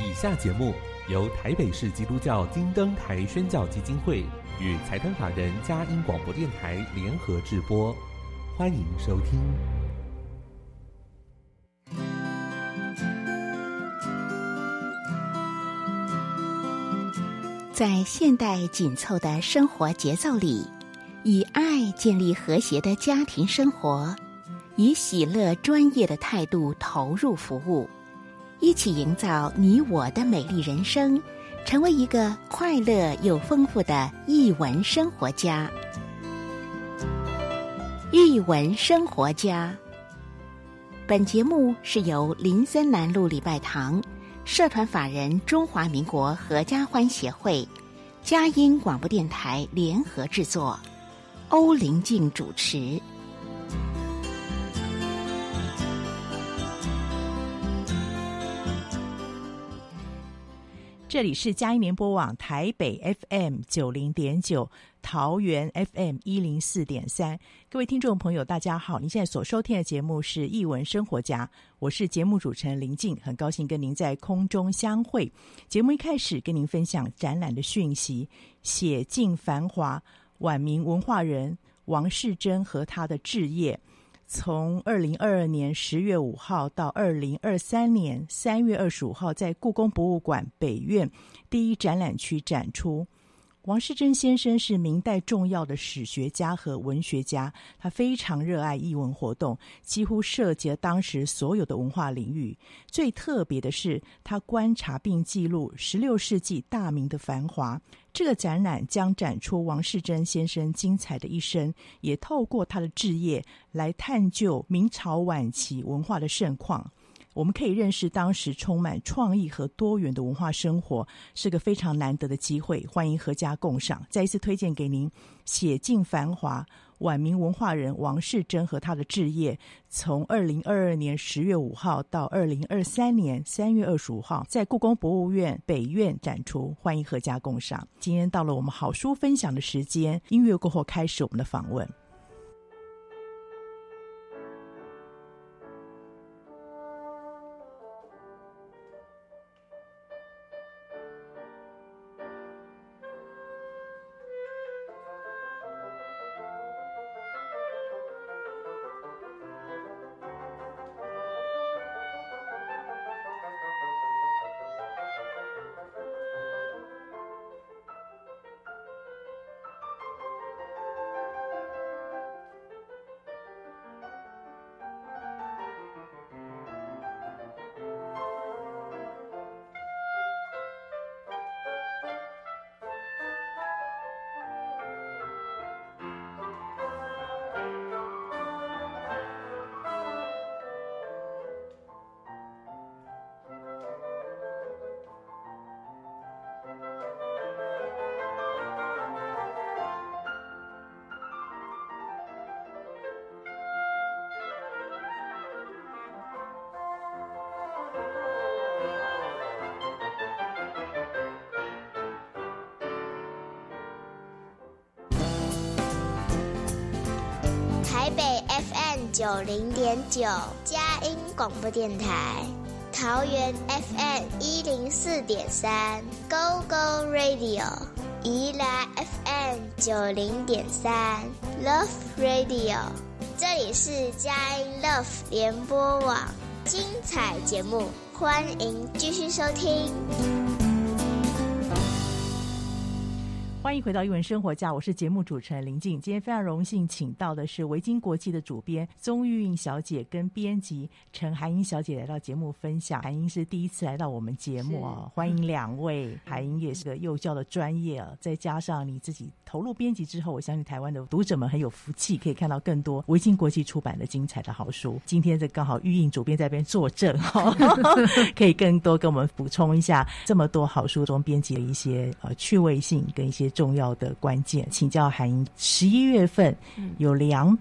以下节目由台北市基督教金灯台宣教基金会与财团法人佳音广播电台联合制播，欢迎收听。 在现代紧凑的生活节奏里，以爱建立和谐的家庭生活，以喜乐专业的态度投入服务，一起营造你我的美丽人生，成为一个快乐又丰富的艺文生活家。艺文生活家，本节目是由林森南路礼拜堂社团法人中华民国合家欢协会、佳音广播电台联合制作，欧玲静主持。 这里是佳音联播网台北 FM 90.9，桃园 FM 104.3。各位听众朋友大家好，您现在所收听的节目是艺文生活家，我是节目主持人林静，很高兴跟您在空中相会。节目一开始跟您分享展览的讯息，写尽繁华，晚明文化人王世贞和他的志业，从2022年10月5号到2023年3月25号在故宫博物馆北院第一展览区展出。王世贞先生是明代重要的史学家和文学家，他非常热爱艺文活动，几乎涉及了当时所有的文化领域。最特别的是，他观察并记录16世纪大明的繁华。这个展览将展出王世贞先生精彩的一生，也透过他的志业来探究明朝晚期文化的盛况。我们可以认识当时充满创意和多元的文化生活，是个非常难得的机会，欢迎阖家共赏。再一次推荐给您写尽繁华，晚明文化人王世贞和他的志业，从2022年10月5号到2023年3月25号在故宫博物院北院展出，欢迎阖家共赏。今天到了我们好书分享的时间，音乐过后开始我们的访问。 台北 FM 90.9佳音广播电台，桃园 FM 104.3 Go Go Radio， 宜兰 FM 90.3 Love Radio。这里是佳音 Love 联播网，精彩节目，欢迎继续收听。 欢迎回到艺文生活家，我是节目主持人林静。今天非常荣幸请到的是维京国际的主编宗玉韵小姐跟编辑陈涵英小姐来到节目分享。涵英是第一次来到我们节目欢迎两位。涵英也是个幼教的专业再加上你自己投入编辑之后，我相信台湾的读者们很有福气，可以看到更多维京国际出版的精彩的好书。今天这刚好玉韵主编在这边作证可以更多跟我们补充一下这么多好书中编辑的一些趣味性跟一些重要的关键。请教涵英，11月份有2本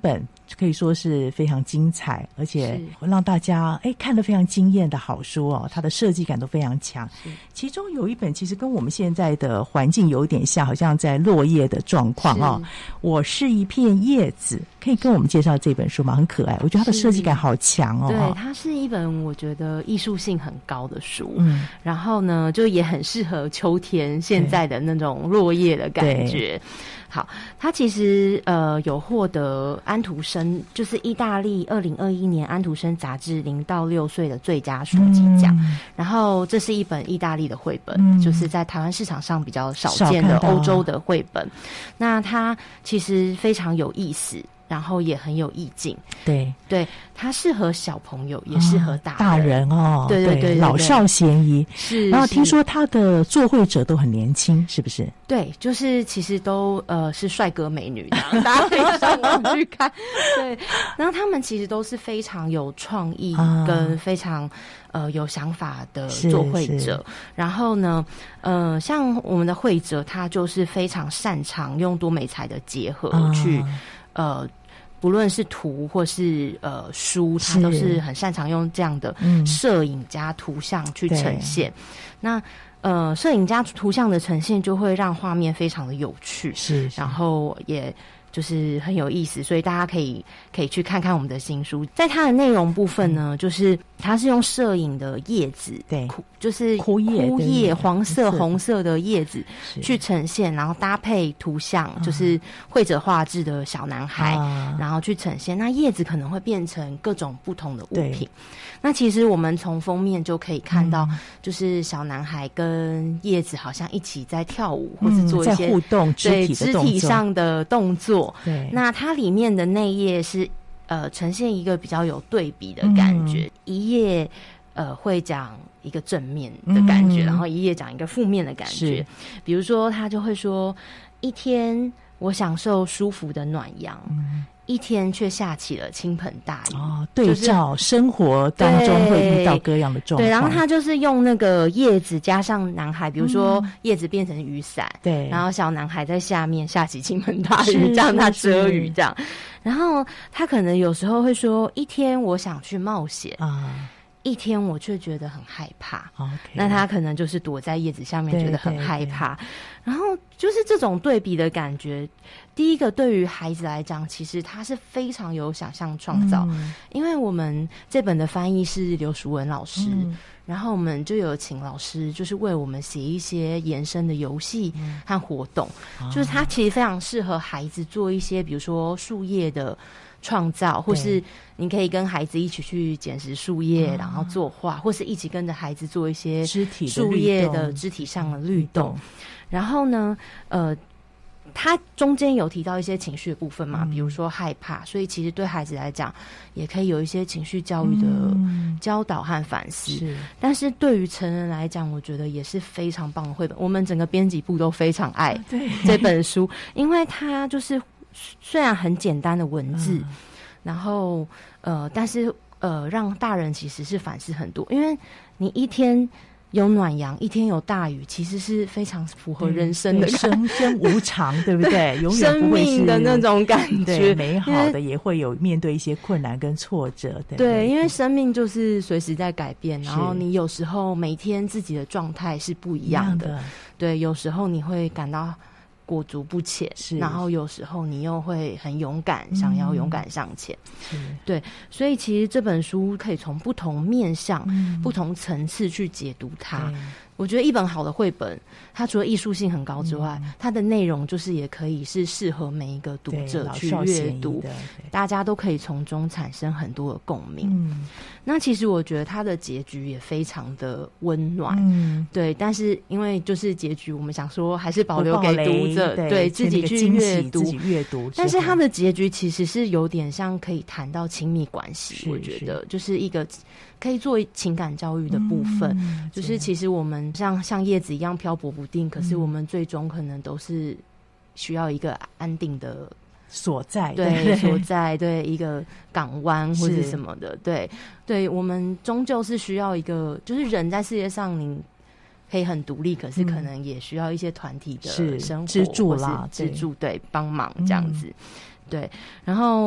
可以说是非常精彩，而且让大家看得非常惊艳的好书哦，它的设计感都非常强。其中有一本其实跟我们现在的环境有一点像，好像在落叶的状况哦。我是一片叶子，可以跟我们介绍这本书吗？很可爱，我觉得它的设计感好强哦。 对，它是一本我觉得艺术性很高的书，然后呢，就也很适合秋天现在的那种落叶的感觉。好，他其实有获得安徒生，就是意大利2021年安徒生杂志0到6岁的最佳书籍奖。然后这是一本意大利的绘本，就是在台湾市场上比较少见的欧洲的绘本。那它其实非常有意思，然后也很有意境。对，它适合小朋友，也适合大人哦。对，老少咸宜。是。然后听说他的作绘者都很年轻，是不是？ 对，就是其实都是帅哥美女的，大家可以上网去看。对，然后他们其实都是非常有创意跟非常有想法的作绘者。然后呢，像我们的绘者，他就是非常擅长用多媒材的结合去不论是图或是书，他都是很擅长用这样的摄影加图像去呈现。那摄影加图像的呈现就会让画面非常的有趣，然后也就是很有意思，所以大家可以去看看我们的新书。在它的内容部分呢，就是它是用摄影的叶子，对，就是枯叶黄色红色的叶子去呈现，然后搭配图像，就是绘者画制的小男孩，然后去呈现。那叶子可能会变成各种不同的物品。那其实我们从封面就可以看到，就是小男孩跟叶子好像一起在跳舞，或是做一些在互动肢体上的动作。对，那它里面的内页是呈现一个比较有对比的感觉，一页会讲一个正面的感觉，然后一页讲一个负面的感觉。比如说他就会说，一天我享受舒服的暖阳，一天却下起了倾盆大雨。 对照生活当中会遇到各样的状况。 对，然后他就是用那个叶子加上男孩，比如说叶子变成雨伞，对，然后小男孩在下面下起倾盆大雨，让他遮雨这样。然后他可能有时候会说，一天我想去冒险一天我却觉得很害怕。那他可能就是躲在叶子下面觉得很害怕。然后就是这种对比的感觉，第一个对于孩子来讲，其实他是非常有想象创造。因为我们这本的翻译是刘淑文老师，然后我们就有请老师就是为我们写一些延伸的游戏和活动，就是他其实非常适合孩子做一些比如说树叶的创造，或是你可以跟孩子一起去捡拾树叶，然后作画，或是一起跟着孩子做一些树叶的肢体上的律动。然后呢他中间有提到一些情绪的部分嘛，比如说害怕，所以其实对孩子来讲也可以有一些情绪教育的教导和反思。但是对于成人来讲，我觉得也是非常棒的绘本。我们整个编辑部都非常爱这本书，因为它就是虽然很简单的文字，然后但是让大人其实是反思很多，因为你一天有暖阳，一天有大雨，其实是非常符合人生的生生无常，对不对？永远不会是生命的那种感觉， 美好的也会有面对一些困难跟挫折。 对，因为生命就是随时在改变，然后你有时候每天自己的状态是不一样的。对，有时候你会感到裹足不前，然后有时候你又会很勇敢，想要勇敢向前。对，所以其实这本书可以从不同面向、不同层次去解读它。我觉得一本好的绘本，它除了艺术性很高之外，它的内容就是也可以是适合每一个读者去阅读，大家都可以从中产生很多的共鸣。那其实我觉得它的结局也非常的温暖，对。但是因为就是结局，我们想说还是保留给读者，对自己去阅读。但是它的结局其实是有点像可以谈到亲密关系，我觉得就是一个可以做情感教育的部分，就是其实我们像叶子一样漂泊不定，可是我们最终可能都是需要一个安定的所在， 所在，对，一个港湾或者什么的，对，我们终究是需要一个，就是人在世界上你可以很独立，可是可能也需要一些团体的生活支柱啦， 支柱，对，帮忙这样子。对，然后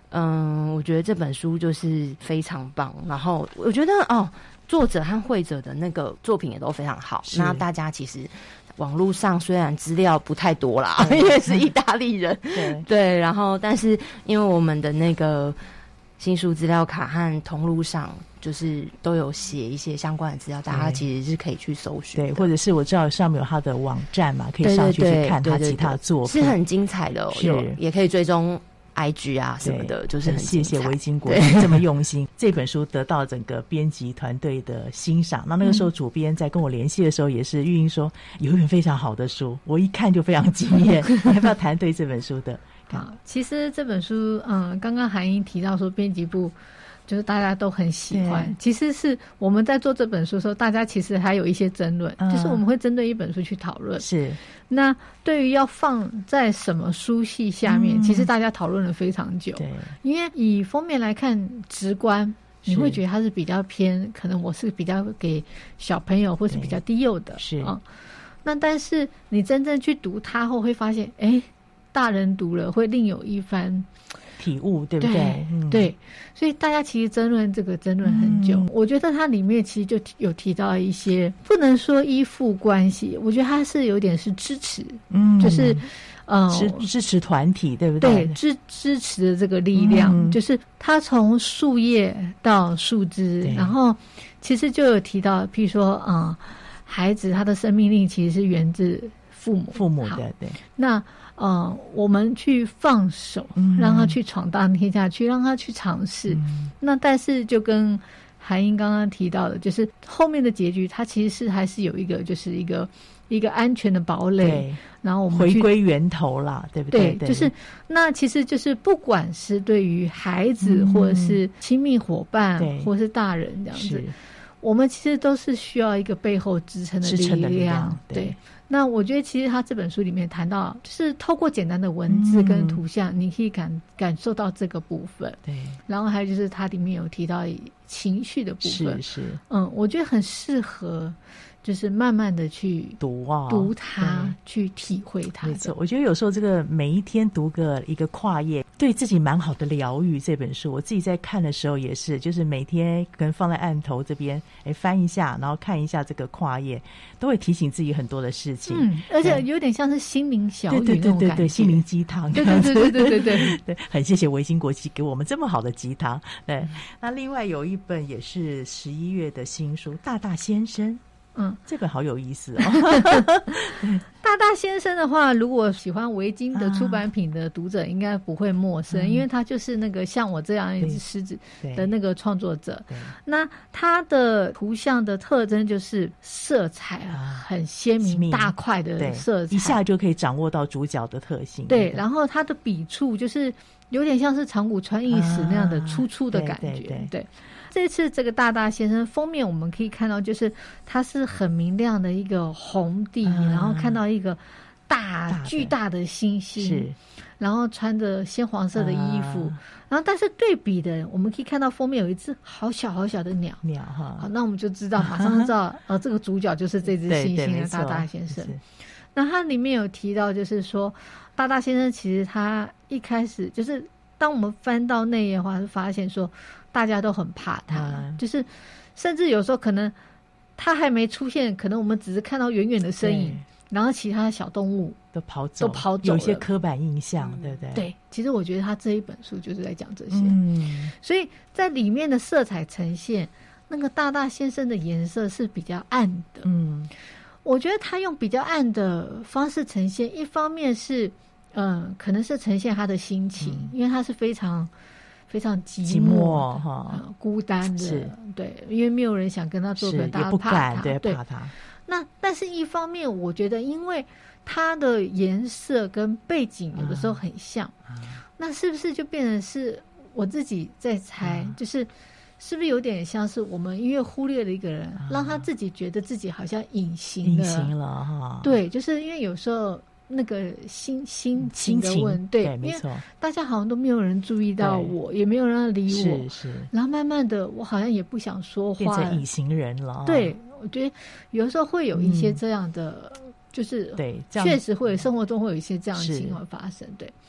我觉得这本书就是非常棒，然后我觉得作者和绘者的那个作品也都非常好。那大家其实网络上虽然资料不太多啦，因为是意大利人，对，然后但是因为我们的那个新书资料卡和通路上就是都有写一些相关的资料，大家其实是可以去搜寻的， 对，或者是我知道上面有他的网站嘛，可以上去看他其他的作品， 是很精彩的，也可以追踪IG 啊什么的，就是很谢谢维京国这么用心。这本书得到整个编辑团队的欣赏。那个时候主编在跟我联系的时候，也是玉英说有一本非常好的书，我一看就非常惊艳。你要不要谈对这本书的？ 好，其实这本书，刚刚韩英提到说编辑部就是大家都很喜欢，其实是我们在做这本书的时候，大家其实还有一些争论，就是我们会针对一本书去讨论。是，那对于要放在什么书系下面，其实大家讨论了非常久。对，因为以封面来看，直观你会觉得它是比较偏，可能我是比较给小朋友或是比较低幼的，是啊。那但是你真正去读它后，会发现，大人读了会另有一番体悟，对不对？ 对，所以大家其实争论很久。我觉得它里面其实就有提到一些，不能说依附关系，我觉得它是有点是支持，就是支持团体，对不对？ 对，支持的这个力量，就是它从树叶到树枝，然后其实就有提到，譬如说孩子他的生命力其实是源自父母的，对。那我们去放手，让他去闯荡天下去，让他去尝试。那但是就跟韩英刚刚提到的，就是后面的结局，它其实是还是有一个，就是一个安全的堡垒，然后我们回归源头啦，对不对？ 对，就是那其实就是不管是对于孩子，或者是亲密伙伴，或是大人这样子，我们其实都是需要一个背后支撑的力量，对。那我觉得其实他这本书里面谈到，就是透过简单的文字跟图像，你可以感受到这个部分。对，然后还有就是它里面有提到情绪的部分，是，我觉得很适合，就是慢慢的去读它，去体会它。没错， 我觉得有时候这个每一天读一个跨页，对自己蛮好的疗愈。这本书我自己在看的时候也是，就是每天可能放在案头这边，翻一下，然后看一下这个跨页，都会提醒自己很多的事情。 而且有点像是心灵小语那种感觉， 对，心灵鸡汤。 对， 很谢谢维京国际给我们这么好的鸡汤。对，那另外有一本也是11月的新书《大大先生》。这本好有意思哦。 大大先生的话，如果喜欢维京的出版品的读者应该不会陌生，因为他就是那个像我这样一只狮子的那个创作者。那他的图像的特征就是色彩很鲜明，大块的色彩， 一下就可以掌握到主角的特性。 对，然后他的笔触就是有点像是长谷川义史那样的粗的感觉。对。这次这个大大先生封面我们可以看到，就是它是很明亮的一个红地，然后看到一个巨大的猩猩，然后穿着鲜黄色的衣服，然后但是对比的我们可以看到封面有一只好小的鸟哈。好，那我们就马上知道这个主角就是这只猩猩的大大先生。那它里面有提到，就是说大大先生其实他一开始就是当我们翻到内页的话，就发现说大家都很怕他，就是甚至有时候可能他还没出现，可能我们只是看到远远的身影，然后其他的小动物都跑走有一些刻板印象，对不对？ 对，其实我觉得他这一本书就是在讲这些。所以在里面的色彩呈现，那个大大先生的颜色是比较暗的。我觉得他用比较暗的方式呈现，一方面是可能是呈现他的心情，因为他是非常非常寂寞孤单的，对，因为没有人想跟他做朋友，大家怕他，对，怕他。那但是一方面，我觉得因为它的颜色跟背景有的时候很像，那是不是就变成是我自己在猜，就是是不是有点像是我们因为忽略了一个人，让他自己觉得自己好像隐形了哈？对，就是因为有时候。那个心情的问题，对，没错，大家好像都没有人注意到我，也没有人理我，是，然后慢慢的，我好像也不想说话， 变成隐形人了。 对，我觉得有的时候会有一些这样的，就是对，确实会生活中会有一些这样的情况发生。对，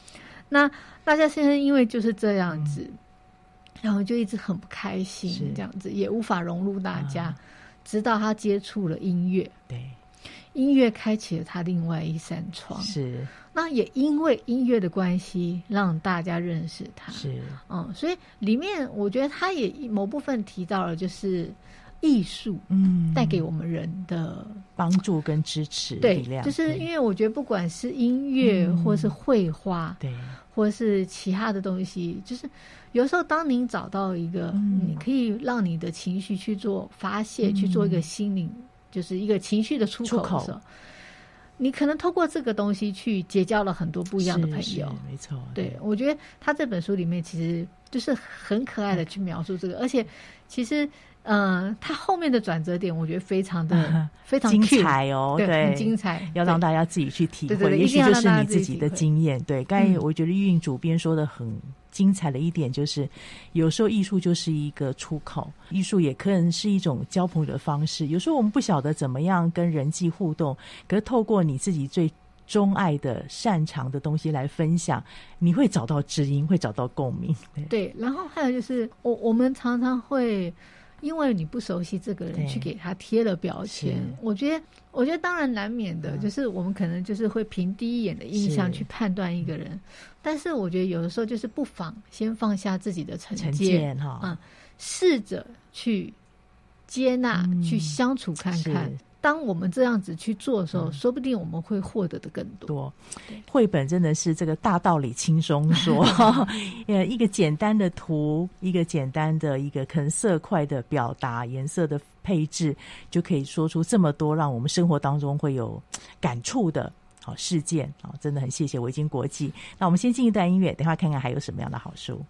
那大家先生因为就是这样子，然后就一直很不开心，这样子也无法融入大家，直到他接触了音乐， 对， 音乐开启了他另外一扇窗， 是。 那也因为音乐的关系，让大家认识他， 是， 所以里面我觉得他也某部分提到了，就是艺术，带给我们人的帮助跟支持力量， 就是因为我觉得不管是音乐，或是绘画， 对， 或是其他的东西，就是有时候当您找到一个，你可以让你的情绪去做发泄，去做一个心灵，就是一个情绪的出口的时候，你可能透过这个东西去结交了很多不一样的朋友， 没错。 对，我觉得他这本书里面其实就是很可爱的去描述这个，而且其实他后面的转折点，我觉得非常精彩哦，对， 很精彩， 要让大家自己去体会， 对， 也许就是你自己的经验。对，刚才我觉得玉韵主编说的很精彩的一点就是，有时候艺术就是一个出口，艺术也可能是一种交朋友的方式。有时候我们不晓得怎么样跟人际互动，可是透过你自己最钟爱的擅长的东西来分享，你会找到知音，会找到共鸣。 对，然后还有就是我们常常会因为你不熟悉这个人去给他贴了标签，我觉得当然难免的，就是我们可能就是会凭第一眼的印象去判断一个人，但是我觉得有的时候就是不妨先放下自己的成见，试着去接纳，去相处看看。当我们这样子去做的时候，说不定我们会获得的更多。绘本真的是这个大道理轻松说一个简单的图，一个简单的一个可能色块的表达，颜色的配置，就可以说出这么多让我们生活当中会有感触的事件。真的很谢谢维京国际。那我们先进一段音乐，等一下看看还有什么样的好书。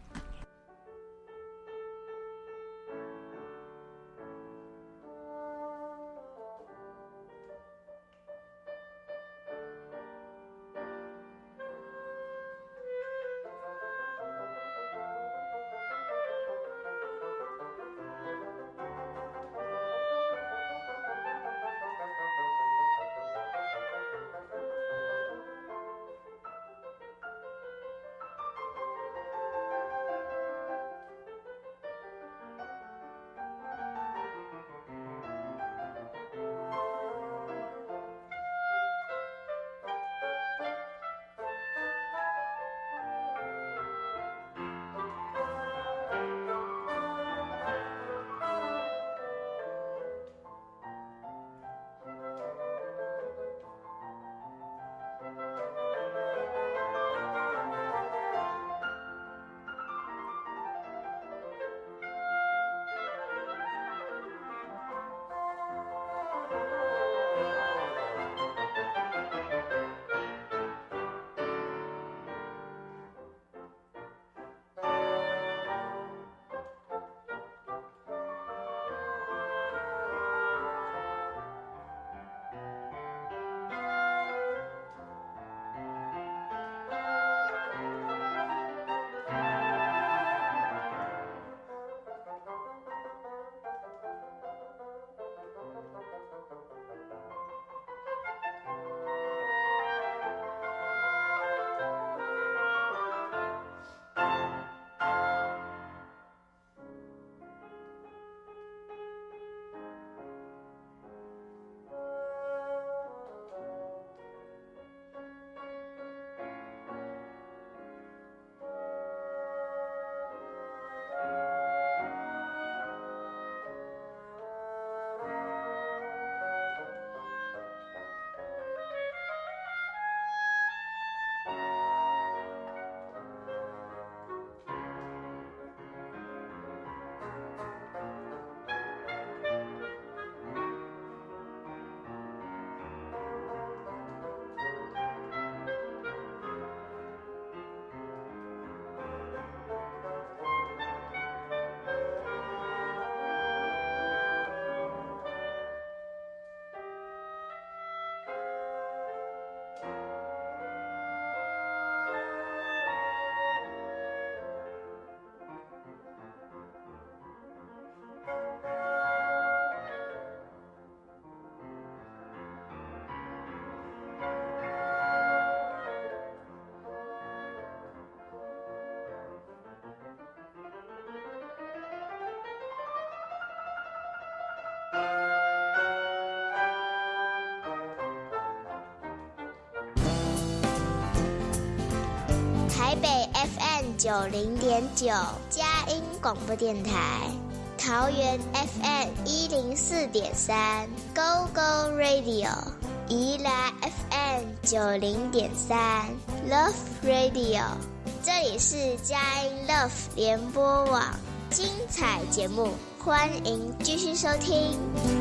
台北 FM90.9 佳音广播电台，桃园 FM104.3 Go Go Radio， 宜兰 FM90.3 Love Radio。这里是佳音 Love 联播网，精彩节目，欢迎继续收听。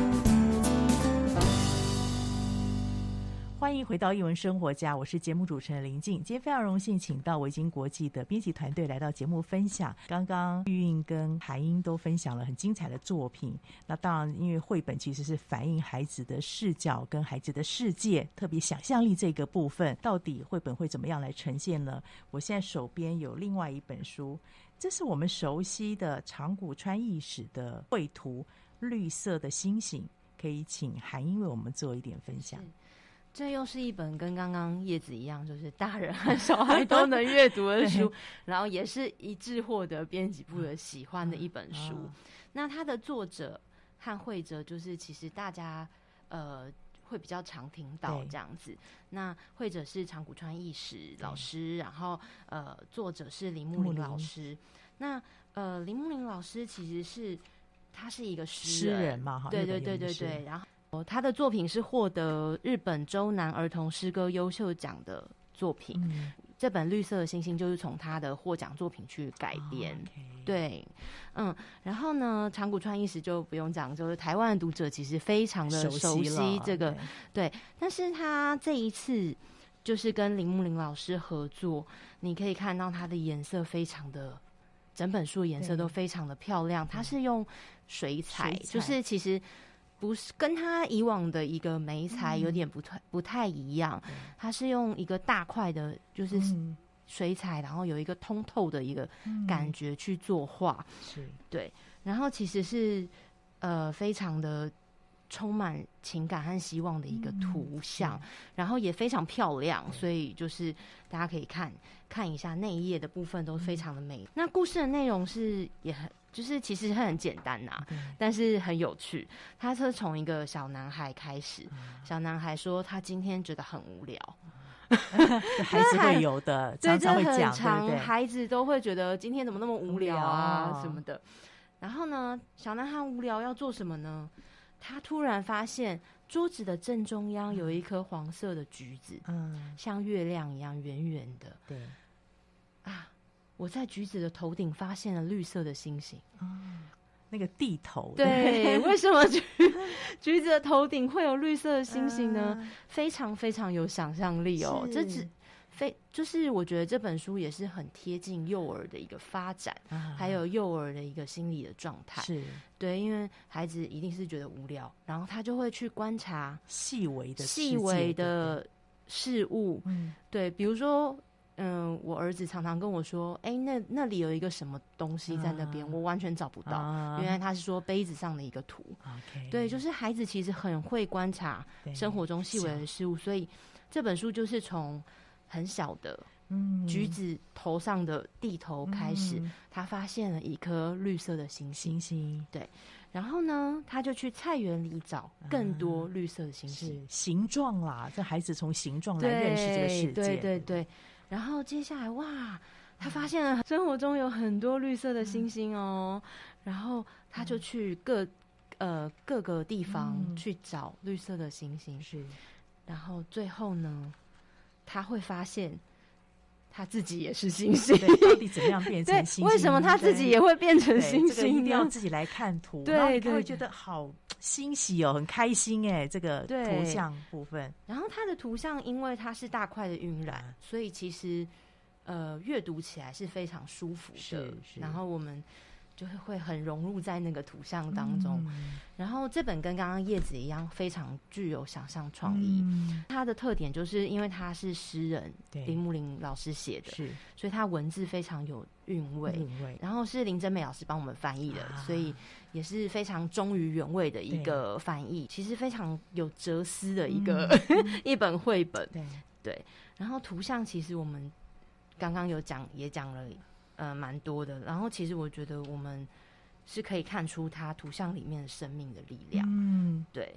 欢迎回到艺文生活家，我是节目主持人林静。今天非常荣幸请到维京国际的编辑团队来到节目分享。刚刚玉韵跟韩英都分享了很精彩的作品。那当然，因为绘本其实是反映孩子的视角跟孩子的世界，特别想象力这个部分，到底绘本会怎么样来呈现呢？我现在手边有另外一本书，这是我们熟悉的长谷川义史的绘图《绿色的星星》，可以请韩英为我们做一点分享。 这又是一本跟刚刚叶子一样，就是大人和小孩都能阅读的书，然后也是一致获得编辑部的喜欢的一本书。那它的作者和绘者，就是其实大家会比较常听到这样子。那绘者是长谷川义史老师，然后作者是铃木林老师。那铃木林老师其实他是一个诗人嘛，对对对对对，然后。他的作品是获得日本周南儿童诗歌优秀奖的作品。这本《绿色的星星》就是从他的获奖作品去改编。对，然后呢，长谷川义史就不用讲，就是台湾的读者其实非常的熟悉这个。对，但是他这一次就是跟铃木林老师合作，你可以看到他的颜色非常的，整本书的颜色都非常的漂亮。他是用水彩，就是其实。不是跟他以往的一个媒材有点不太一样，他是用一个大块的，就是水彩，然后有一个通透的一个感觉去作画，是对，然后其实是非常的充满情感和希望的一个图像，然后也非常漂亮，所以就是大家可以看一下那一页的部分都非常的美。那故事的内容也很。就是其实很简单呐，但是很有趣。他是从一个小男孩开始，小男孩说他今天觉得很无聊， 孩子会有的，常常会讲，对不对？ 孩子都会觉得今天怎么那么无聊啊什么的。然后呢，小男孩无聊要做什么呢？他突然发现桌子的正中央有一颗黄色的橘子，像月亮一样圆圆的。对，我在橘子的头顶发现了绿色的星星。 那个地头。 对，为什么橘子的头顶会有绿色的星星呢？非常非常有想象力哦。就是我觉得这本书也是很贴近幼儿的一个发展，还有幼儿的一个心理的状态。是对，因为孩子一定是觉得无聊，然后他就会去观察细微的事物。对，比如说。我儿子常常跟我说，那里有一个什么东西在那边，我完全找不到。原来他是说杯子上的一个图。对，就是孩子其实很会观察生活中细微的事物，所以这本书就是从很小的橘子头上的地头开始，他发现了一颗绿色的星星。对，然后呢，他就去菜园里找更多绿色的星星， 形状啦，这孩子从形状来认识这个世界。 对。然后接下来，哇，他发现了生活中有很多绿色的星星哦。然后他就去各个地方去找绿色的星星。是，然后最后呢，他会发现他自己也是星星。 对，到底怎么样变成星星？ 为什么他自己也会变成星星？ 这个一定要自己来看图，对，他会觉得好欣喜哦，很开心哎，这个图像部分。 然后它的图像，因为它是大块的晕染，所以其实阅读起来是非常舒服的。然后我们就会很融入在那个图像当中。然后这本跟刚刚叶子一样，非常具有想象创意。它的特点就是因为它是诗人铃木林老师写的，所以它文字非常有韵味。然后是林真美老师帮我们翻译的，所以也是非常忠于原味的一个翻译。其实非常有哲思的一个一本绘本。对，然后图像其实我们刚刚也讲了。蛮多的。然后其实我觉得我们是可以看出它图像里面的生命的力量。对，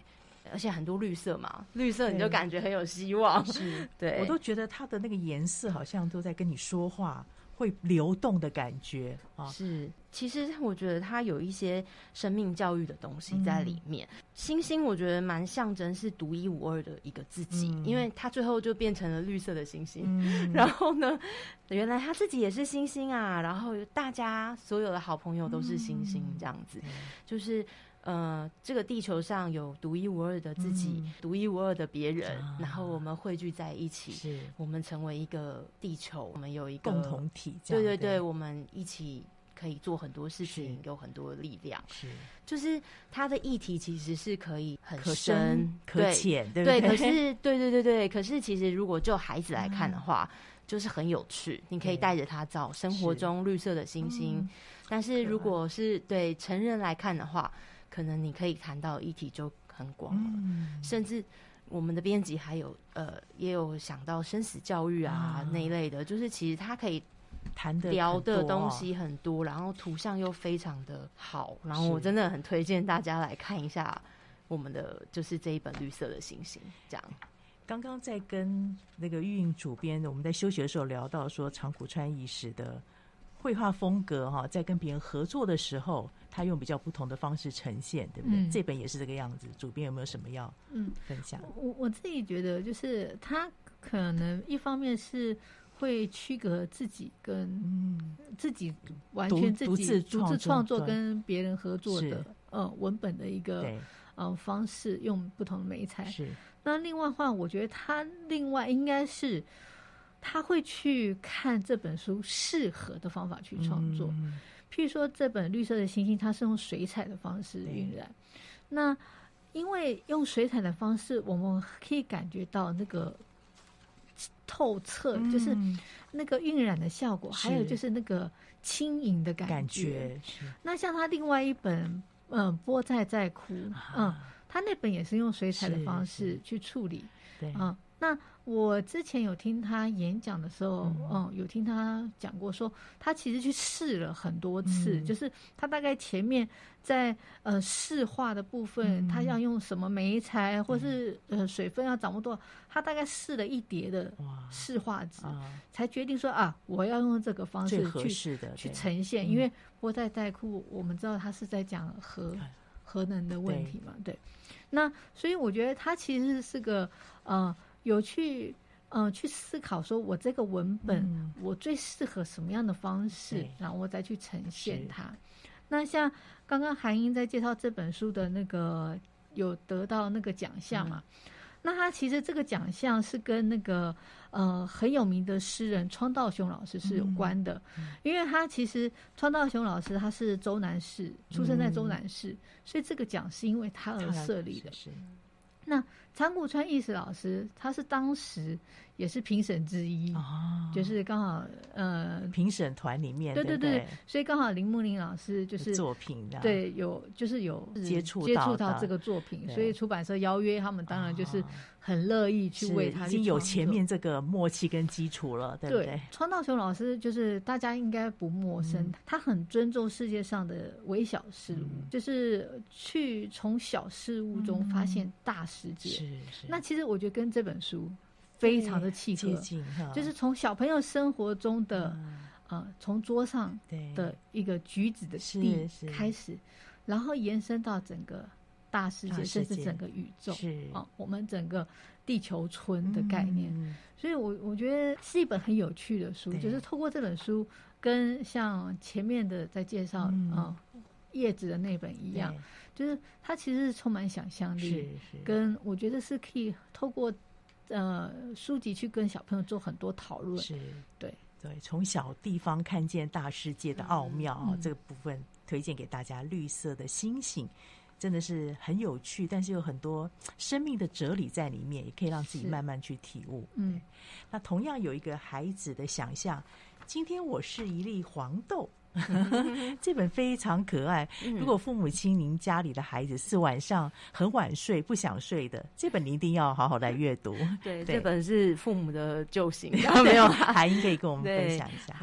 而且很多绿色嘛，绿色你就感觉很有希望。 是， 对， 我都觉得它的那个颜色好像都在跟你说话，会流动的感觉啊。 是，其实我觉得它有一些生命教育的东西在里面。星星我觉得蛮象征是独一无二的一个自己，因为它最后就变成了绿色的星星。然后呢，原来他自己也是星星啊，然后大家所有的好朋友都是星星，这样子，就是这个地球上有独一无二的自己，独一无二的别人，然后我们汇聚在一起，是我们成为一个地球，我们有一个共同体， 对对对，我们一起可以做很多事情，有很多力量。是，就是它的议题其实是可以很深可浅，对不对？ 可是对，可是其实如果就孩子来看的话，就是很有趣，你可以带着他找生活中绿色的星星。但是如果是对成人来看的话，可能你可以谈到议题就很广了，甚至我们的编辑还有也有想到生死教育啊那一类的，就是其实他可以谈的聊的东西很多，然后图像又非常的好，然后我真的很推荐大家来看一下我们的就是这一本绿色的星星。这样， 刚刚在跟那个玉莹主编，我们在休息的时候聊到说长谷川义史的绘画风格哈，在跟别人合作的时候，他用比较不同的方式呈现，对不对？这本也是这个样子。主编有没有什么要分享？ 我自己觉得，就是他可能一方面是会区隔自己跟自己完全自己独自创作跟别人合作的文本的一个方式，用不同的媒材。是。那另外的话，我觉得他另外应该是他会去看这本书适合的方法去创作。譬如说这本绿色的星星，它是用水彩的方式晕染。那因为用水彩的方式，我们可以感觉到那个透彻，就是那个晕染的效果，还有就是那个轻盈的感觉。那像他另外一本波在哭，他那本也是用水彩的方式去处理。对，那我之前有听他演讲的时候，有听他讲过说，他其实去试了很多次，就是他大概前面在试画的部分，他要用什么媒材，或是水分要掌握多少，他大概试了一叠的试画纸，才决定说我要用这个方式去呈现。因为波在哭，我们知道他是在讲核能的问题嘛，对。那所以我觉得他其实是个有去思考说，我这个文本我最适合什么样的方式，然后我再去呈现它。那像刚刚韩英在介绍这本书的那个有得到那个奖项嘛，那他其实这个奖项是跟那个很有名的诗人川道雄老师是有关的。因为他其实川道雄老师他是周南市出生在周南市，所以这个奖是因为他而设立的。那长谷川义史老师他是当时也是评审之一，就是刚好评审团里面， 对，所以刚好林木林老师就是作品的， 对，有接触到这个作品，所以出版社邀约他们，当然就是很乐意去为他已经有前面这个默契跟基础了，对不对？ 川道雄老师就是大家应该不陌生，他很尊重世界上的微小事物，就是去从小事物中发现大世界。那其实我觉得跟这本书非常的契合，就是从小朋友生活中的从桌上的一个橘子的地开始，然后延伸到整个大世界，甚至整个宇宙，我们整个地球村的概念。所以我觉得是一本很有趣的书，就是透过这本书跟像前面的在介绍叶子的那本一样，就是它其实是充满想象力，跟我觉得是可以透过书籍去跟小朋友做很多讨论。对，从小地方看见大世界的奥妙，这个部分推荐给大家。绿色的星星真的是很有趣，但是有很多生命的哲理在里面，也可以让自己慢慢去体悟。那同样有一个孩子的想象，今天我是一粒黄豆。这本非常可爱。如果父母亲您家里的孩子是晚上很晚睡不想睡的，这本你一定要好好来阅读。对，这本是父母的救星。没有，韩英可以跟我们分享一下。好，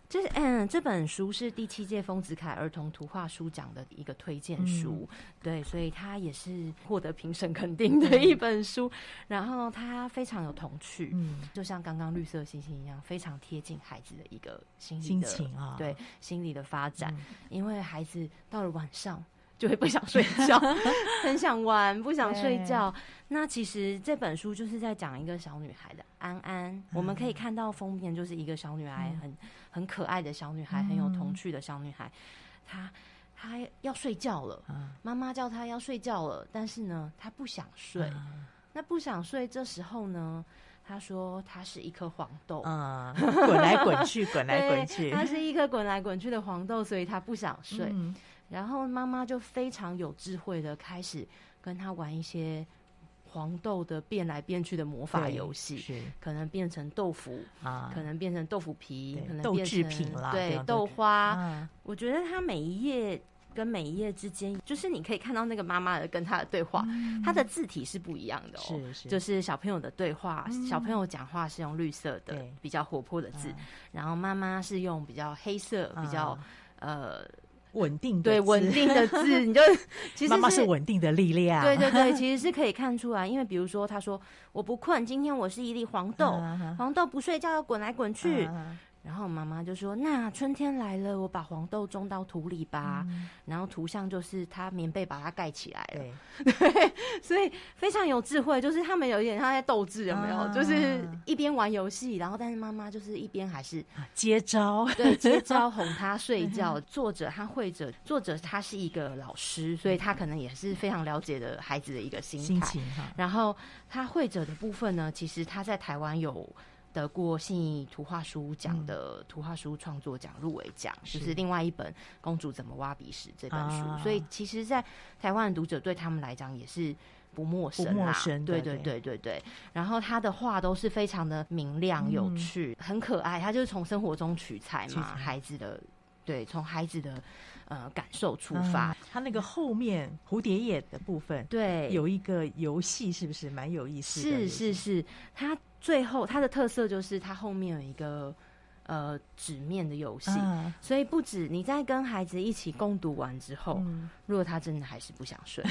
这本书是第7届丰子恺儿童图画书奖的一个推荐书，对，所以它也是获得评审肯定的一本书。然后它非常有童趣，就像刚刚绿色星星一样，非常贴近孩子的一个心情啊，对，心理的发展。因为孩子到了晚上就会不想睡觉，很想玩，不想睡觉。那其实这本书就是在讲一个小女孩的安安，我们可以看到封面就是一个小女孩，很可爱的小女孩，很有童趣的小女孩。她要睡觉了，妈妈叫她要睡觉了，但是呢，她不想睡。那不想睡，这时候呢，她说她是一颗黄豆， 滚来滚去，滚来滚去。 她是一颗滚来滚去的黄豆，所以她不想睡。然后妈妈就非常有智慧的开始跟她玩一些黄豆的变来变去的魔法游戏，可能变成豆腐可能变成豆腐皮，可能豆制品啦， 对，豆花。我觉得它每一页跟每一页之间，就是你可以看到那个妈妈的跟她的对话，她的字体是不一样的哦，就是小朋友的对话，小朋友讲话是用绿色的比较活泼的字，然后妈妈是用比较黑色比较稳定的对稳定的字，你就其实妈妈是稳定的力量。 对对对，其实是可以看出来，因为比如说他说我不困，今天我是一粒黄豆，黄豆不睡觉要滚来滚去。然后妈妈就说：“那春天来了，我把黄豆种到土里吧。”然后图像就是他棉被把它盖起来了，对，所以非常有智慧。就是他们有一点像在斗智，有没有？就是一边玩游戏，然后但是妈妈就是一边还是接招， 对，接招哄他睡觉。作者他是一个老师，所以他可能也是非常了解的孩子的一个心情。然后他绘者的部分呢，其实他在台湾有得过信义图画书奖的图画书创作奖入围奖，就是另外一本《公主怎么挖鼻屎》这本书，所以其实在台湾的读者对他们来讲也是不陌生啦，对对对对对。然后他的画都是非常的明亮有趣，很可爱，他就是从生活中取材嘛，孩子的对，从孩子的感受出发。 他那个后面蝴蝶叶的部分， 对， 有一个游戏，是不是蛮有意思的？ 是，他最后它的特色就是它后面有一个纸面的游戏，所以不止你在跟孩子一起共读完之后，如果他真的还是不想睡，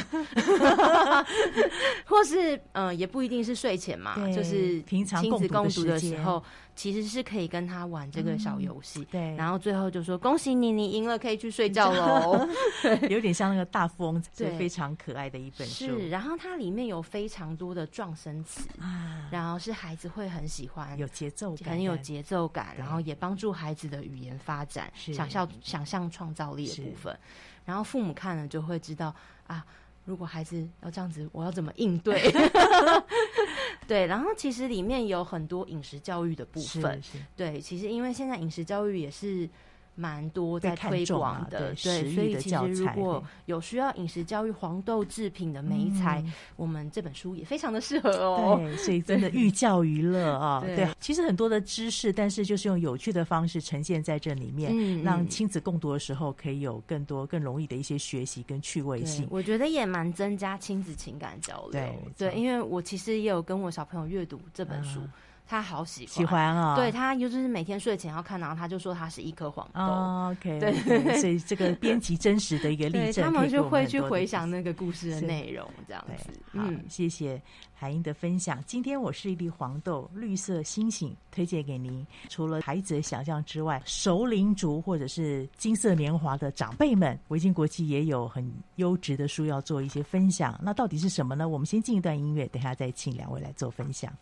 或是也不一定是睡前嘛，就是平常亲子共读的时候，其实是可以跟他玩这个小游戏，对，然后最后就说恭喜你，你赢了，可以去睡觉喽。 有点像那个大富翁，对，非常可爱的一本书。 是，然后它里面有非常多的状声词然后是孩子会很喜欢， 有节奏感， 很有节奏感，然后也帮助孩子的语言发展、想象创造力的部分。然后父母看了就会知道啊，如果孩子要这样子，我要怎么应对？对，然后其实里面有很多饮食教育的部分。对，其实因为现在饮食教育也是蛮多在推广的，对，所以其实如果有需要饮食教育黄豆制品的媒材，我们这本书也非常的适合哦。 对，所以真的寓教于乐啊。对，其实很多的知识，但是就是用有趣的方式呈现在这里面，让亲子共读的时候可以有更多更容易的一些学习跟趣味性。 我觉得也蛮增加亲子情感交流。对，因为我其实也有跟我小朋友阅读这本书。他好喜欢啊！对，他就是每天睡前要看，然后他就说他是一颗黄豆。 OK， 对，所以这个编辑真实的一个例证， 他们就会去回想那个故事的内容，这样子。 好，谢谢海英的分享。今天我是一粒黄豆，绿色星星推荐给您。除了孩子的想象之外，熟龄族或者是金色年华的长辈们，维京国际也有很优质的书要做一些分享。那到底是什么呢？我们先进一段音乐，等一下再请两位来做分享。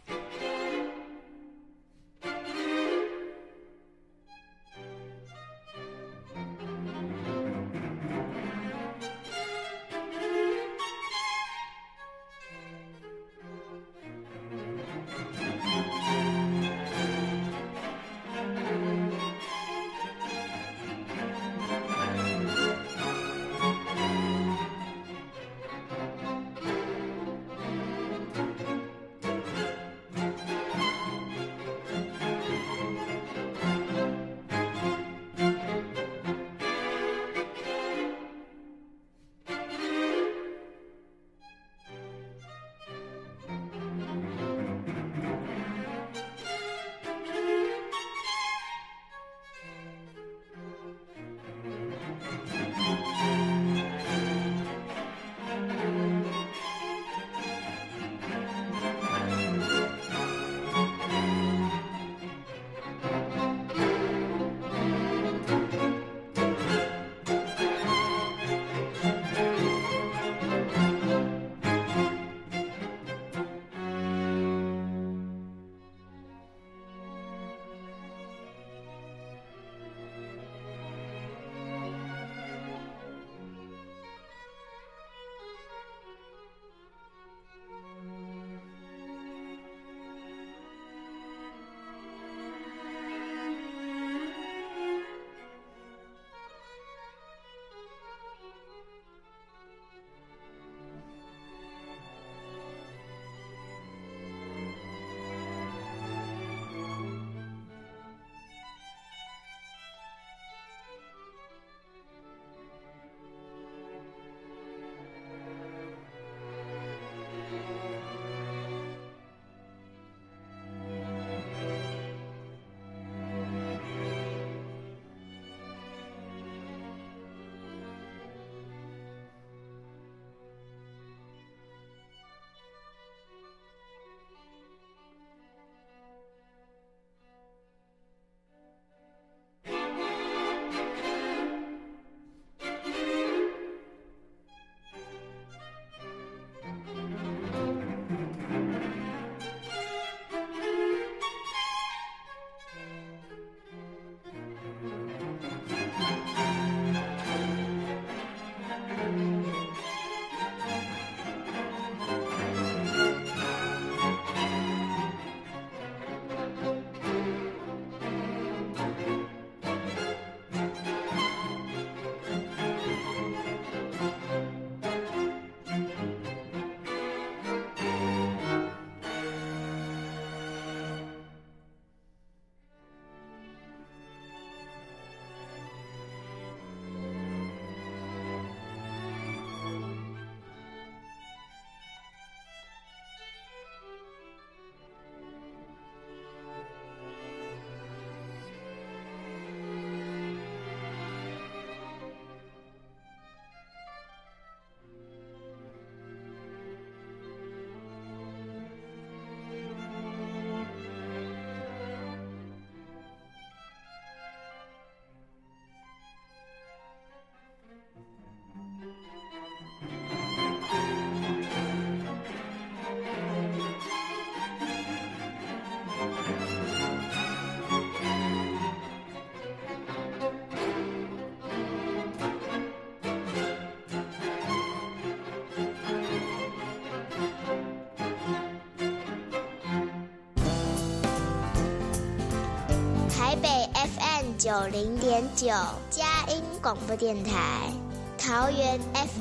北 FM90.9 佳音广播电台，桃园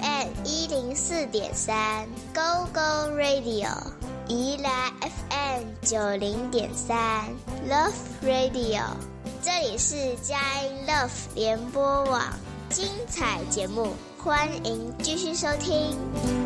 FM104.3 Go Go Radio， 宜兰 FM90.3 Love Radio。这里是佳音 Love 联播网，精彩节目，欢迎继续收听。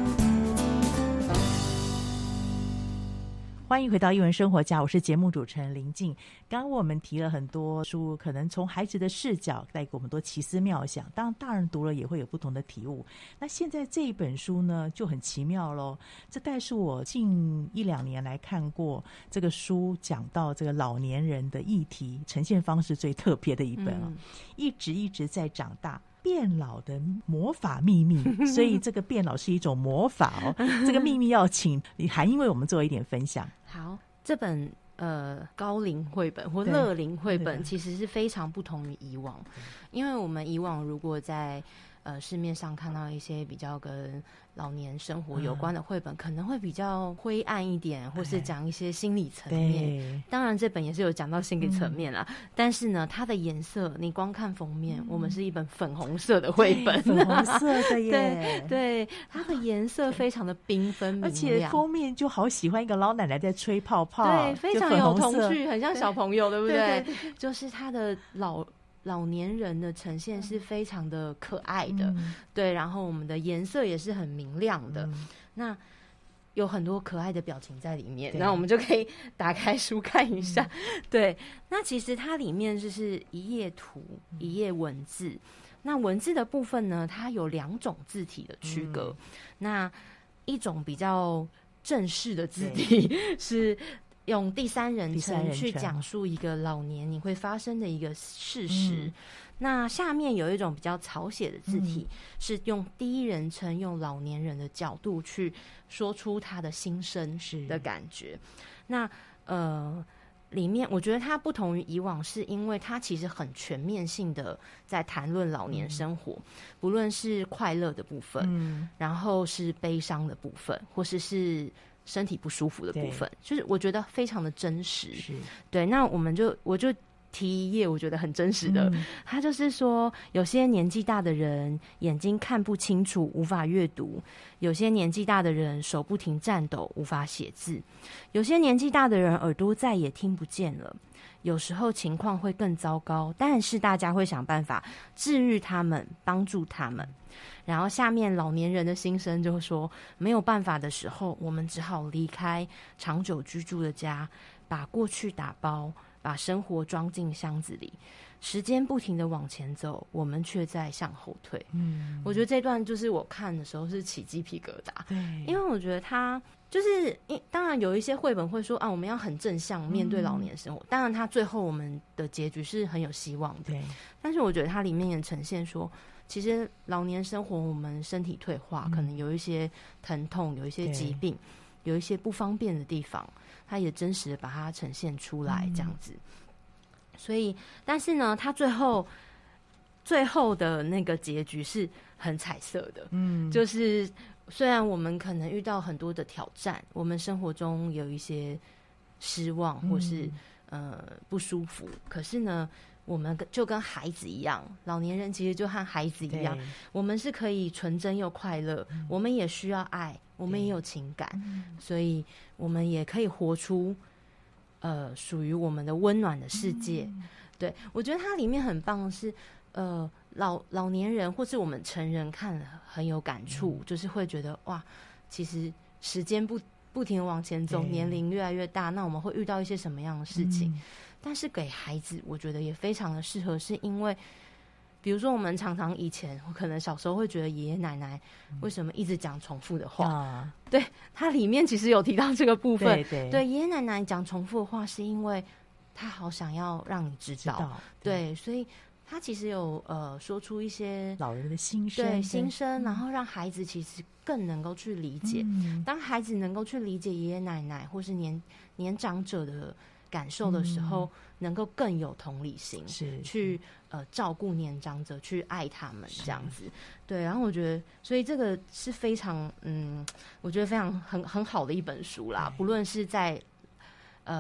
欢迎回到艺文生活家，我是节目主持人林静。刚刚我们提了很多书，可能从孩子的视角带给我们多奇思妙想，当然大人读了也会有不同的体悟。那现在这一本书呢就很奇妙咯，这大概是我近1-2年来看过这个书讲到这个老年人的议题呈现方式最特别的一本一直在长大变老的魔法秘密，所以这个变老是一种魔法哦。这个秘密要请韩英为我们做一点分享。 好，这本高龄绘本或乐龄绘本其实是非常不同于以往，因为我们以往如果在市面上看到一些比较跟老年生活有关的绘本，可能会比较灰暗一点，或是讲一些心理层面。当然这本也是有讲到心理层面啦，但是呢它的颜色你光看封面，我们是一本粉红色的绘本， 粉红色的耶对，它的颜色非常的缤纷明亮， 而且封面就好喜欢一个老奶奶在吹泡泡， 对，非常有童趣，很像小朋友，对不对？就是它的老年人的呈现是非常的可爱的，对，然后我们的颜色也是很明亮的，那有很多可爱的表情在里面，那我们就可以打开书看一下。对，那其实它里面就是一页图一页文字，那文字的部分呢，它有2种字体的区隔，那一种比较正式的字体是用第三人称去讲述一个老年你会发生的一个事实，那下面有一种比较草写的字体，是用第一人称，用老年人的角度去说出他的心声的感觉。那里面我觉得它不同于以往，是因为它其实很全面性的在谈论老年生活，不论是快乐的部分，然后是悲伤的部分，或是身体不舒服的部分，就是我觉得非常的真实。对，那我就提一页我觉得很真实的，他就是说有些年纪大的人眼睛看不清楚无法阅读，有些年纪大的人手不停颤抖无法写字，有些年纪大的人耳朵再也听不见了，有时候情况会更糟糕，但是大家会想办法治愈他们，帮助他们。然后下面老年人的心声就说，没有办法的时候，我们只好离开长久居住的家，把过去打包，把生活装进箱子里，时间不停地往前走，我们却在向后退。我觉得这段就是我看的时候是起鸡皮疙瘩，因为我觉得他就是当然有一些绘本会说啊，我们要很正向面对老年生活，当然他最后我们的结局是很有希望的，但是我觉得它里面也呈现说，其实老年生活我们身体退化，可能有一些疼痛，有一些疾病，有一些不方便的地方，它也真实的把它呈现出来这样子。所以但是呢它最后的那个结局是很彩色的，就是虽然我们可能遇到很多的挑战，我们生活中有一些失望或是不舒服，可是呢我们就跟孩子一样，老年人其实就和孩子一样，我们是可以纯真又快乐，我们也需要爱，我们也有情感，所以我们也可以活出属于我们的温暖的世界。对，我觉得它里面很棒的是老年人或是我们成人看了很有感触，就是会觉得哇，其实时间不停往前走，年龄越来越大，那我们会遇到一些什么样的事情，但是给孩子我觉得也非常的适合，是因为比如说我们常常以前可能小时候会觉得爷爷奶奶为什么一直讲重复的话，对，它里面其实有提到这个部分，对，爷爷奶奶讲重复的话是因为他好想要让你知道，对，所以他其实有说出一些老人的心声， 对心声，然后让孩子其实更能够去理解，当孩子能够去理解爷爷奶奶或是年长者的感受的时候，能够更有同理心，去照顾年长者，去爱他们这样子。对，然后我觉得，所以这个是非常我觉得非常很好的一本书啦。不论是在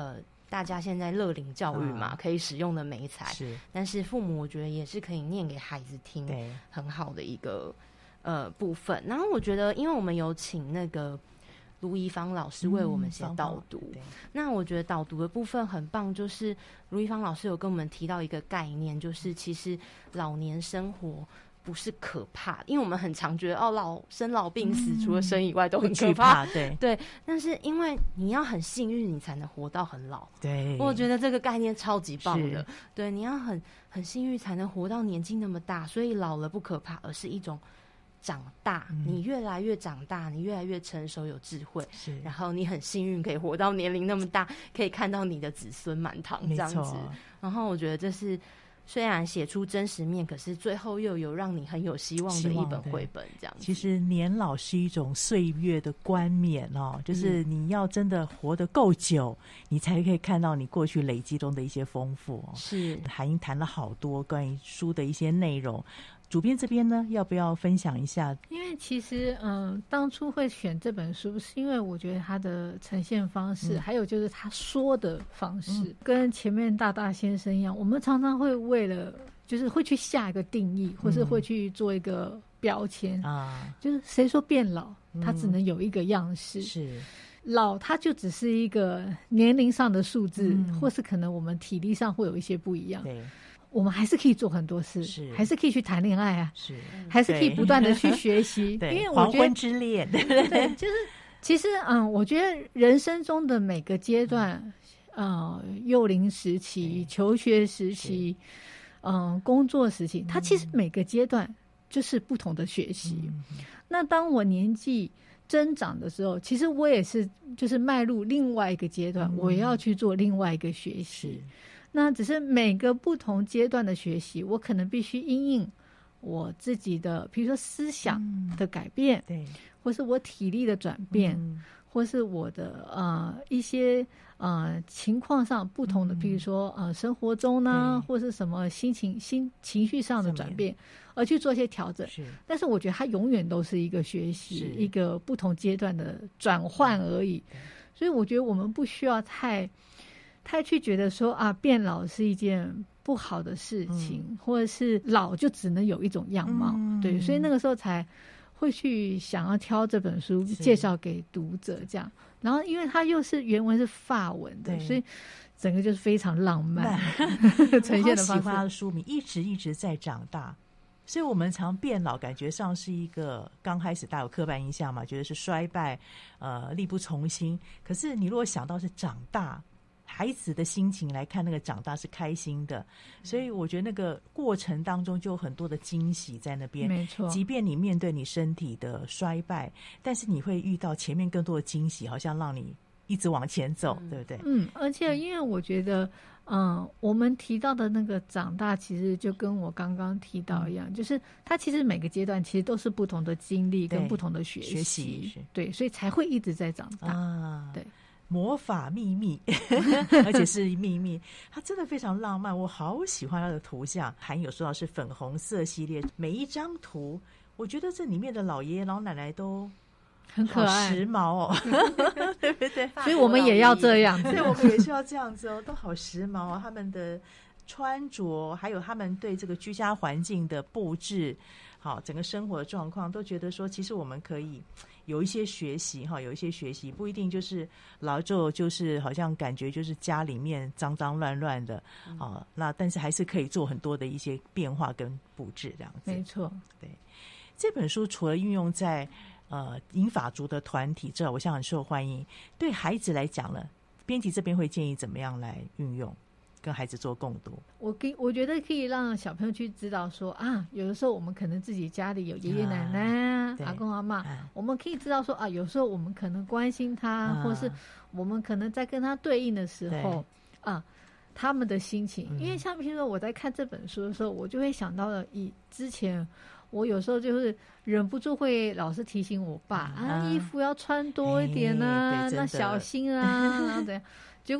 大家现在乐龄教育嘛，可以使用的媒材，是，但是父母我觉得也是可以念给孩子听，对，很好的一个部分。然后我觉得，因为我们有请那个卢怡芳老师为我们写导读，那我觉得导读的部分很棒，就是卢怡芳老师有跟我们提到一个概念，就是其实老年生活不是可怕，因为我们很常觉得生老病死，除了生以外都很可怕，对。但是因为你要很幸运，你才能活到很老。对，我觉得这个概念超级棒的。对，你要很幸运才能活到年纪那么大，所以老了不可怕，而是一种长大。你越来越长大，你越来越成熟有智慧，然后你很幸运可以活到年龄那么大，可以看到你的子孙满堂这样子。然后我觉得这是。虽然写出真实面，可是最后又有让你很有希望的一本绘本，这样子。 其实年老是一种岁月的冠冕哦，就是你要真的活得够久，你才可以看到你过去累积中的一些丰富哦。是，韩英谈了好多关于书的一些内容。主编这边呢，要不要分享一下？ 因为其实，当初会选这本书，是因为我觉得它的呈现方式，还有就是他说的方式，跟前面大先生一样，我们常常会为了就是会去下一个定义，或是会去做一个标签啊，就是谁说变老，它只能有一个样式，是老，它就只是一个年龄上的数字，或是可能我们体力上会有一些不一样。对。我们还是可以做很多事，还是可以去谈恋爱啊，还是可以不断的去学习。因为我觉得黄昏之恋， 对，就是其实我觉得人生中的每个阶段，幼龄时期、求学时期、工作时期，它其实每个阶段就是不同的学习。那当我年纪增长的时候，其实我也是就是迈入另外一个阶段，我也要去做另外一个学习。那只是每个不同阶段的学习，我可能必须因应我自己的，比如说思想的改变，对，或是我体力的转变，或是我的一些情况上不同的，比如说生活中呢，或是什么情绪上的转变，而去做一些调整。但是我觉得它永远都是一个学习，一个不同阶段的转换而已。所以我觉得我们不需要太去觉得说变老是一件不好的事情，或者是老就只能有一种样貌，对，所以那个时候才会去想要挑这本书介绍给读者这样。然后因为它又是原文是法文的，所以整个就是非常浪漫呈现的方式。我好喜欢他的书名，一直在长大。所以我们常变老，感觉上是一个刚开始大家有刻板印象嘛，觉得是衰败，力不从心。可是你如果想到是长大，孩子的心情来看，那个长大是开心的，所以我觉得那个过程当中就有很多的惊喜在那边。没错，即便你面对你身体的衰败，但是你会遇到前面更多的惊喜，好像让你一直往前走，对不对？ 而且因为我觉得我们提到的那个长大，其实就跟我刚刚提到一样，就是它其实每个阶段其实都是不同的经历跟不同的学习，对，所以才会一直在长大对。 魔法秘密而且是秘密，它真的非常浪漫，我好喜欢它的图像。还有说到是粉红色系列，每一张图我觉得这里面的老爷爷老奶奶都很可爱， 时髦哦对不对？ 所以我们也要这样对，我们也是要这样子哦，都好时髦哦，他们的穿着还有他们对这个居家环境的布置，好，整个生活的状况都觉得说其实我们可以有一些学习哈，有一些学习不一定就是老之后就是好像感觉就是家里面脏脏乱乱的那但是还是可以做很多的一些变化跟布置这样子。 没错， 对。这本书除了运用在银发族的团体之外，我想很受欢迎。对孩子来讲呢，编辑这边会建议怎么样来运用？跟孩子做共读， 我觉得可以让小朋友去知道说有的时候我们可能自己家里有爷爷奶奶阿公阿嬷我们可以知道说有时候我们可能关心他或是我们可能在跟他对应的时候他们的心情因为像比如说我在看这本书的时候，我就会想到了之前我有时候就是忍不住会老是提醒我爸衣服要穿多一点那小心然后怎样，结果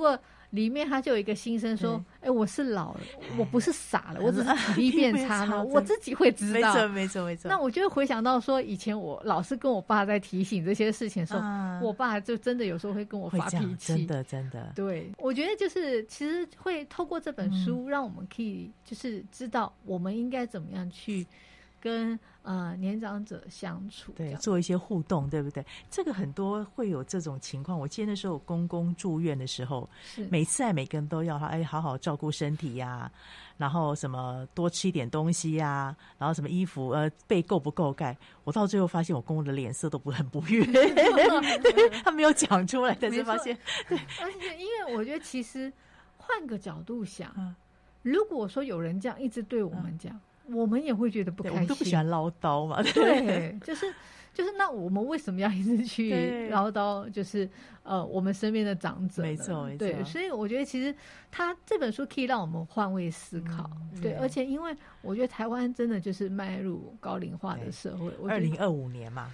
里面他就有一个心声说：“我是老了，我不是傻了，我只是体力变差了，我自己会知道。” 没错。 那我就回想到说，以前我老是跟我爸在提醒这些事情的时候，我爸就真的有时候会跟我发脾气， 真的。 对，我觉得就是其实会透过这本书，让我们可以就是知道我们应该怎么样去跟年长者相处， 对，做一些互动，对不对？这个很多会有这种情况。我记得那时候我公公住院的时候，每次每个人都要他好好照顾身体呀，然后什么多吃一点东西呀，然后什么衣服被够不够盖。我到最后发现我公公的脸色都很不悦，对，他没有讲出来，但是发现对。 而且因为我觉得其实换个角度想，如果说有人这样一直对我们讲，我们也会觉得不开心， 我们都不喜欢唠叨嘛。 对，就是那我们为什么要一直去唠叨？就是我们身边的长者， 没错， 对，所以我觉得其实他这本书可以让我们换位思考，对，而且因为我觉得台湾真的就是迈入高龄化的社会 ，2025年嘛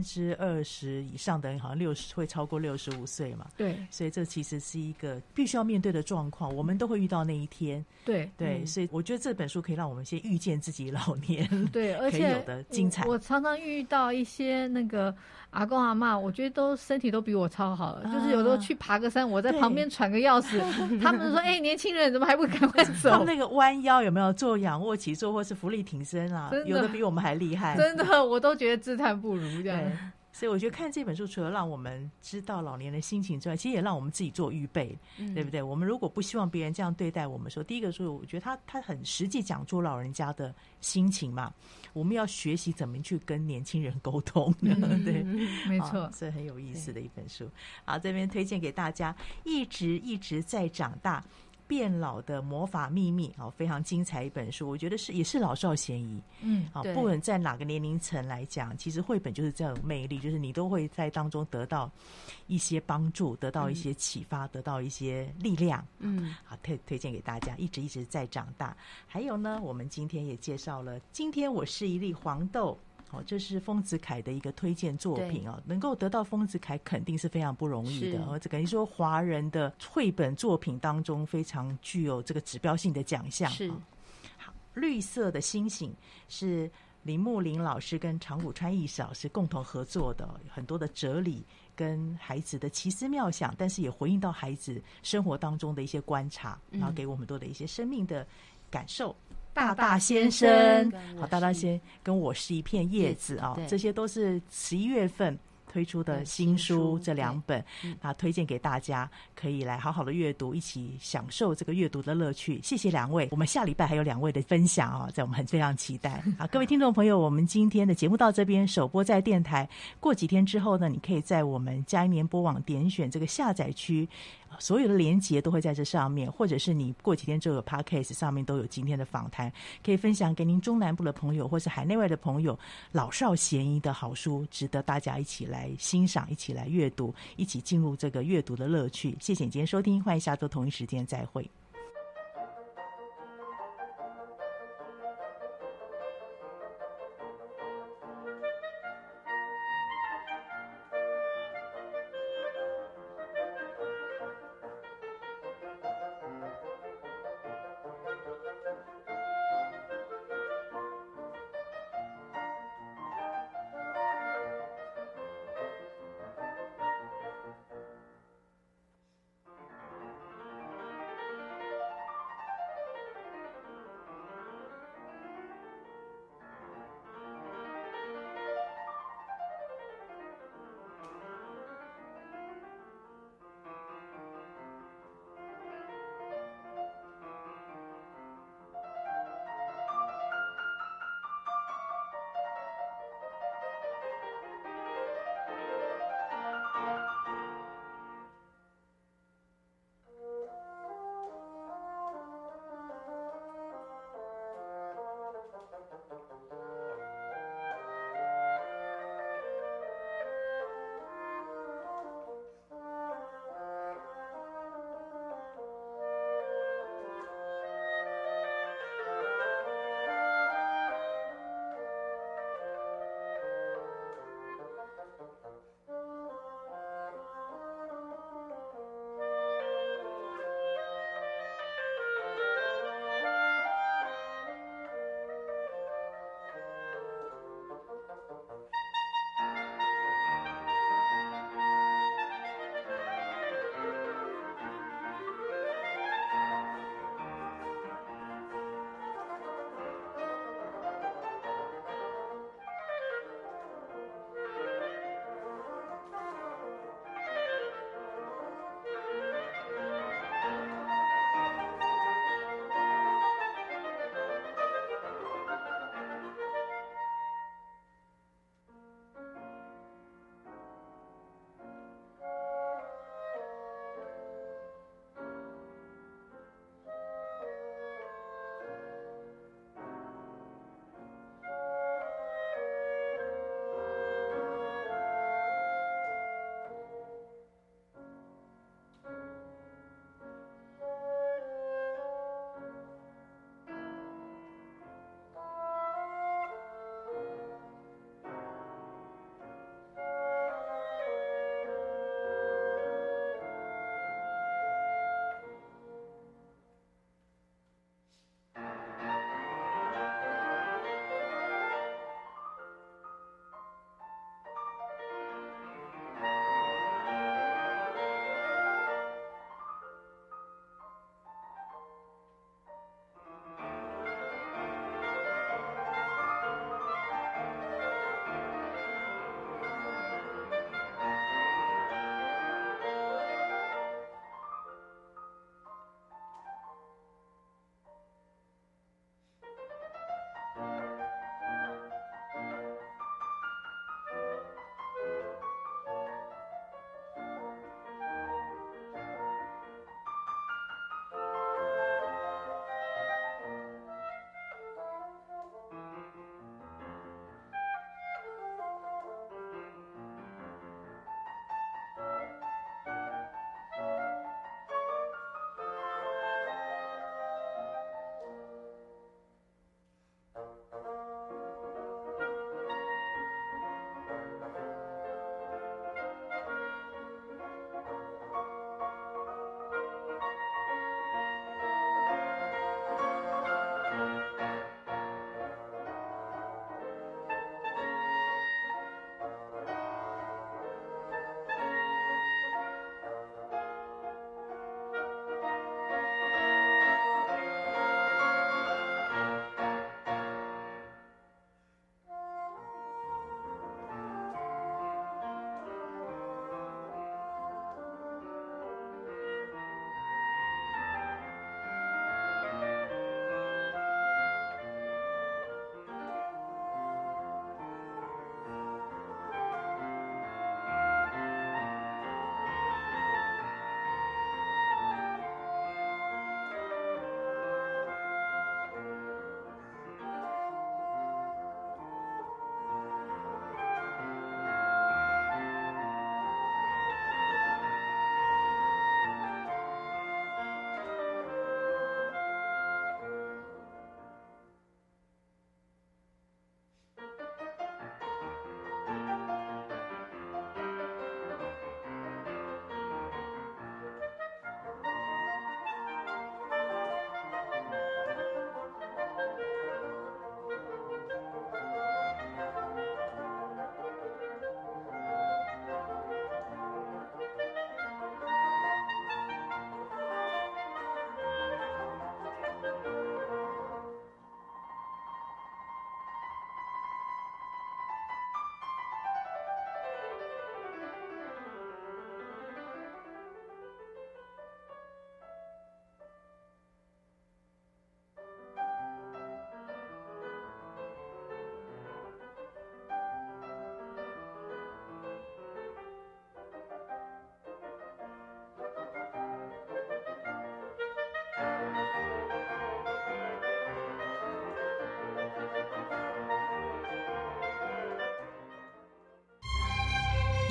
，20%以上的人好像会超过65岁嘛， 对， 所以这其实是一个必须要面对的状况，我们都会遇到那一天， 对， 所以我觉得这本书可以让我们先预见自己老年， 对，而且可以有的精彩。 我常常遇到一些那个阿公阿嬷，我觉得身体都比我超好了，就是有时候去爬个山，我在旁边喘个钥匙，他们说：“年轻人怎么还不赶快走？” 他们那个弯腰有没有做仰卧起坐或是浮力挺身啊？有的比我们还厉害， 真的，我都觉得自叹不如这样。 所以我觉得看这本书，除了让我们知道老年的心情之外，其实也让我们自己做预备，对不对？我们如果不希望别人这样对待我们说，第一个说，我觉得他很实际讲出老人家的心情嘛，我们要学习怎么去跟年轻人沟通，对， 没错， 所以很有意思的一本书。好，这边推荐给大家，一直在长大。变老的魔法秘密，非常精彩一本书，我觉得也是老少咸宜。不论在哪个年龄层来讲，其实绘本就是这种魅力，就是你都会在当中得到一些帮助，得到一些启发，得到一些力量。好，推荐给大家，一直在长大。还有呢，我们今天也介绍了，今天我是一粒黄豆。这是丰子恺的一个推荐作品能够得到丰子恺肯定是非常不容易的，这等于说华人的绘本作品当中非常具有这个指标性的奖项。 是好，绿色的星星是林木林老师跟长谷川义史老师共同合作的，很多的哲理跟孩子的奇思妙想，但是也回应到孩子生活当中的一些观察，然后给我们多的一些生命的感受。大先生，好，大先跟我是一片叶子这些都是11月份推出的新书，这2本推荐给大家，可以来好好的阅读，一起享受这个阅读的乐趣。谢谢2位，我们下礼拜还有2位的分享在我们非常期待。好，各位听众朋友，我们今天的节目到这边，首播在电台，过几天之后呢，你可以在我们佳音联播网点选这个下载区，所有的连结都会在这上面，或者是你过几天之后有 Podcast 上面都有今天的访谈，可以分享给您中南部的朋友或是海内外的朋友，老少咸宜的好书，值得大家一起来欣赏，一起来阅读，一起进入这个阅读的乐趣。谢谢你今天收听，欢迎下周同一时间再会。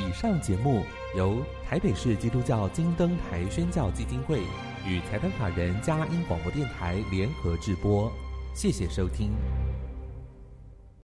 以上节目由台北市基督教金灯台宣教基金会与财团法人佳音广播电台联合制播，谢谢收听。